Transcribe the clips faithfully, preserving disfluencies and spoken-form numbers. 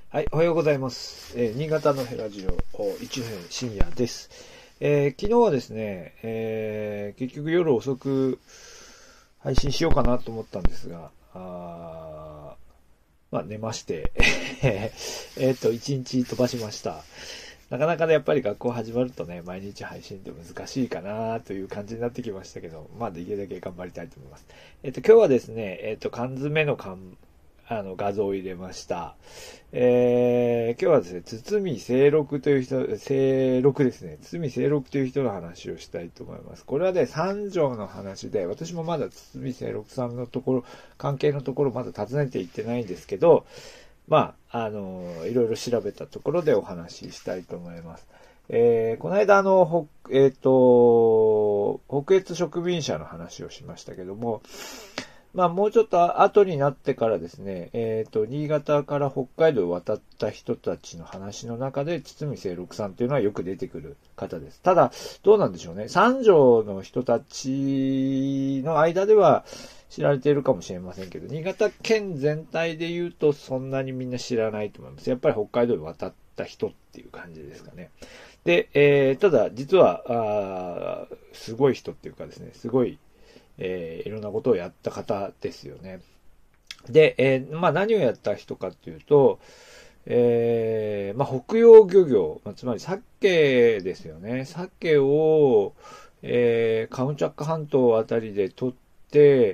はい、おはようございます。えー、新潟のヘラジオ一編深夜です。えー、昨日はですね、えー、結局夜遅く配信しようかなと思ったんですが、あまあ寝まして、えっと、一日飛ばしました。なかなかね、やっぱり学校始まるとね、毎日配信って難しいかなという感じになってきましたけど、まあできるだけ頑張りたいと思います。えっと、今日はですね、えっと、缶詰の缶、あの、画像を入れました。えー、今日はですね、堤清六という人、清六ですね。堤清六という人の話をしたいと思います。これはね、三条の話で、私もまだ堤清六さんのところ、関係のところまだ訪ねていってないんですけど、まあ、あの、いろいろ調べたところでお話ししたいと思います。えー、この間あの、ほえっ、と、北越植民者の話をしましたけども、まあもうちょっと後になってからですね、えっ、と、新潟から北海道を渡った人たちの話の中で、堤清六さんというのはよく出てくる方です。ただ、どうなんでしょうね。三条の人たちの間では知られているかもしれませんけど、新潟県全体で言うとそんなにみんな知らないと思います。やっぱり北海道に渡った人っていう感じですかね。で、えー、ただ、実は、あすごい人っていうかですね、すごい、えー、いろんなことをやった方ですよね。で、えー、まあ何をやった人かっていうと、えー、まあ北洋漁業、まあ、つまり鮭ですよね。鮭を、えー、カムチャック半島あたりで取って、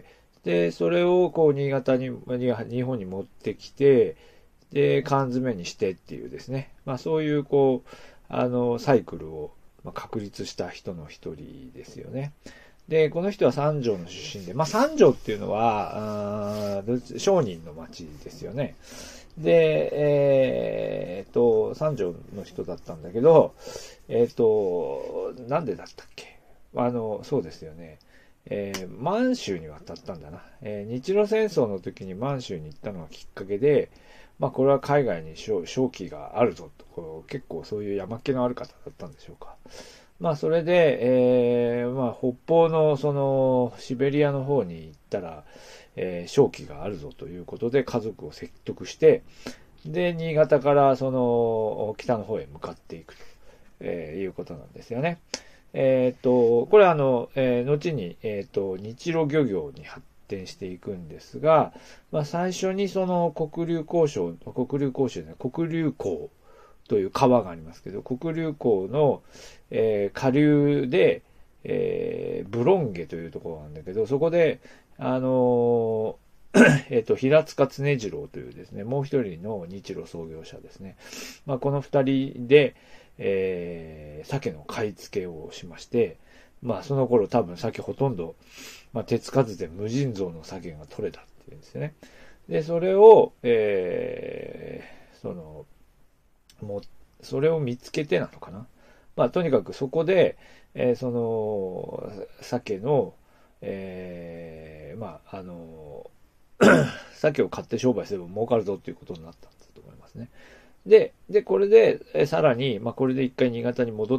で、それをこう新潟に、日本に持ってきて、で、缶詰にしてっていうですね。まあそういうこう、あの、サイクルを確立した人の一人ですよね。で、この人は三条の出身で、まあ三条っていうのは、商人の町ですよね。で、えー、っと、三条の人だったんだけど、えー、っと、なんでだったっけあの、そうですよね。えー、満州に渡ったんだな。えー、日露戦争の時に満州に行ったのがきっかけで、まあこれは海外に正気があるぞと、こう結構そういう山っ気のある方だったんでしょうか。まあそれで、えー、まあ北方のそのシベリアの方に行ったら、えー、正気があるぞということで家族を説得して、で、新潟からその北の方へ向かっていくと、えー、いうことなんですよね。えっ、と、これはあの、えー、後に、えっ、と、日露漁業に発展していくんですが、まあ最初にその黒竜江省、黒竜江省ですね、黒竜江という川がありますけど、黒竜江の、えー、下流で、えー、ブロンゲというところなんだけど、そこで、あのー、えっと、平塚常次郎というですね、もう一人の日露創業者ですね。まあ、この二人で、えー、鮭の買い付けをしまして、まあ、その頃多分鮭ほとんど、まあ、手つかずで無尽蔵の鮭が取れたっていうんですね。で、それを、えー、その、もう、それを見つけてなのかな。まあ、とにかくそこで、えー、その、鮭の、えー、まあ、あの、鮭を買って商売すれば儲かるぞっていうことになったんだと思いますね。で、で、これで、えさらに、まあ、これで一回新潟に戻って、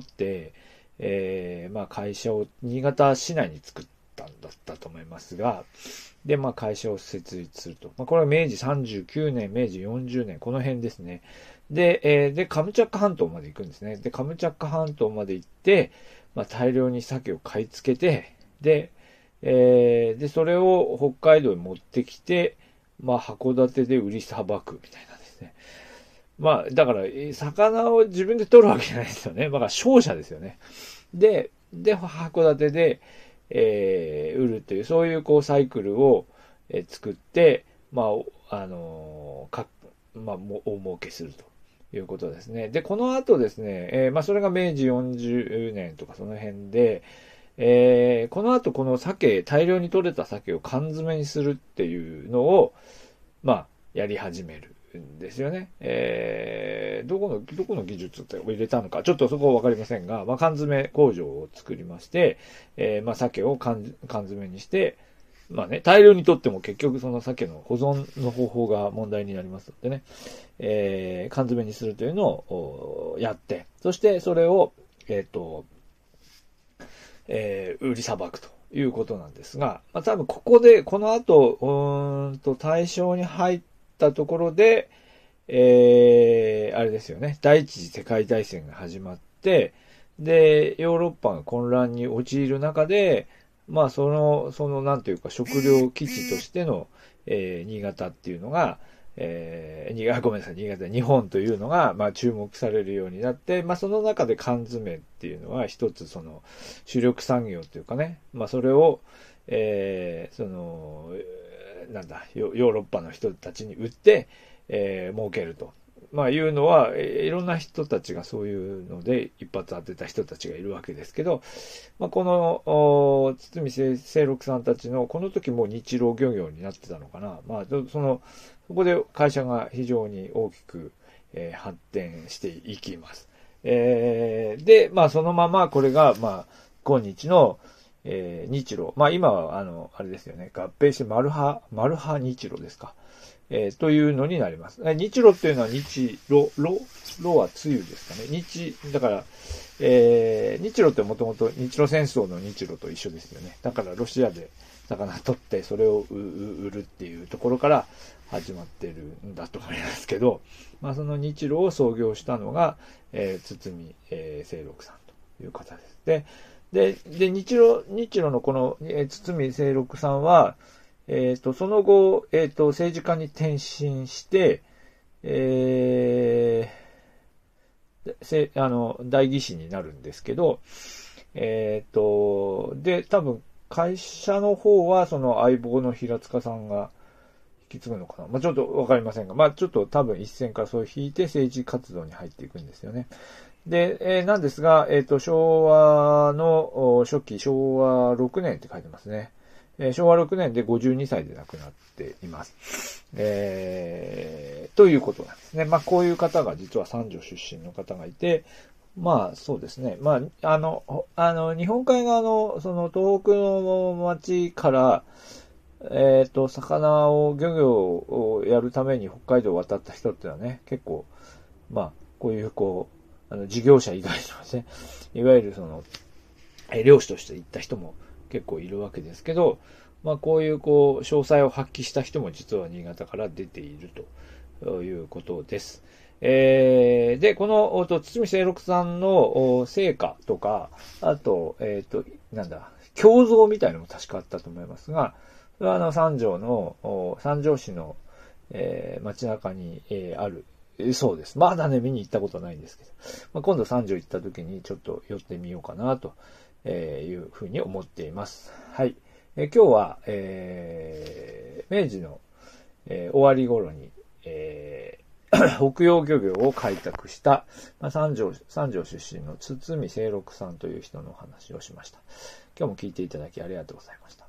えー、まあ、会社を新潟市内に作ったんだったと思いますが、で、まあ、会社を設立すると。まあ、これは明治さんじゅうきゅうねん、明治よんじゅうねん、この辺ですね。で、えー、で、カムチャック半島まで行くんですね。で、カムチャック半島まで行って、まあ、大量に鮭を買い付けて、で、えー、で、それを北海道に持ってきて、まあ、函館で売りさばくみたいなですね。まあ、だから、魚を自分で取るわけじゃないですよね。だから、商社ですよね。で、で、函館で、えー、売るという、そういうこうサイクルを、えー、作って、まあ、あのー、か、まあ、も大儲けするということですね。で、この後ですね、えー、まあ、それが明治よんじゅうねんとかその辺で、えー、この後この鮭、大量に取れた鮭を缶詰にするっていうのを、まあ、やり始めるんですよね。えー、どこの、どこの技術って入れたのか、ちょっとそこはわかりませんが、まあ、缶詰工場を作りまして、えー、まあ、鮭を缶、缶詰にして、まあね、大量に取っても結局その鮭の保存の方法が問題になりますのでね、えー、缶詰にするというのをやって、そしてそれを、えっと、えー、売りさばくということなんですが、まあ、多分ここで、この後、うーんと対象に入ったところで、 えー、あれですよね、第一次世界大戦が始まって、で、ヨーロッパが混乱に陥る中で、まあ、その、その、なんていうか、食料基地としての、えー、新潟っていうのが、えー、にごめんなさい、新潟、日本というのが、まあ、注目されるようになって、まあ、その中で缶詰っていうのは一つ、その、主力産業というかね、まあ、それを、えー、その、なんだ、ヨーロッパの人たちに売って、えー、儲けると。まあいうのは、いろんな人たちがそういうので一発当てた人たちがいるわけですけど、まあ、この、堤清六さんたちの、この時もう日露漁業になってたのかな。まあ、その、そこで会社が非常に大きく、えー、発展していきます。えー、で、まあそのままこれが、まあ、今日の、えー、日露。まあ今は、あの、あれですよね。合併してマルハ、マルハ日露ですか。えー、というのになります。日露っていうのは日露、露、露は梅雨ですかね。日、だから、えー、日露ってもともと日露戦争の日露と一緒ですよね。だからロシアで魚取ってそれを売るっていうところから始まってるんだと思いますけど、まあその日露を創業したのが、えー、堤、えー、清六さんという方です。で、で、で、日露、日露のこの、えー、堤清六さんは、えっと、その後、えっと、政治家に転身して、えー、せ、あの、代議士になるんですけど、えっと、で、多分、会社の方は、その相棒の平塚さんが引き継ぐのかな。まあ、ちょっとわかりませんが、まあ、ちょっと多分一線からそう引いて政治活動に入っていくんですよね。で、えー、なんですが、えっと、昭和の初期、昭和ろくねんって書いてますね。えー、昭和ろくねんでごじゅうにさいで亡くなっています。えー、ということなんですね。まあ、こういう方が実は三条出身の方がいて、まあ、そうですね。まあ、あの、あの、日本海側の、その、東北の町から、えっと、魚を、漁業をやるために北海道を渡った人っていうのはね、結構、まあ、こういう、こう、あの、事業者以外のですね、いわゆるその、漁師として行った人も結構いるわけですけど、まあこういうこう、詳細を発揮した人も実は新潟から出ているということです。えー、で、この、堤清六さんの成果とか、あと、えっと、なんだ、胸像みたいなのも確かあったと思いますが、それはあの、三条の、三条市の、えー、街中に、えー、ある、そうです。まだね、見に行ったことないんですけど、まあ、今度三条行った時にちょっと寄ってみようかなというふうに思っています。はい。え今日は、えー、明治の、えー、終わり頃に、えー、北洋漁業を開拓した、まあ、三条、三条出身の堤清六さんという人のお話をしました。今日も聞いていただきありがとうございました。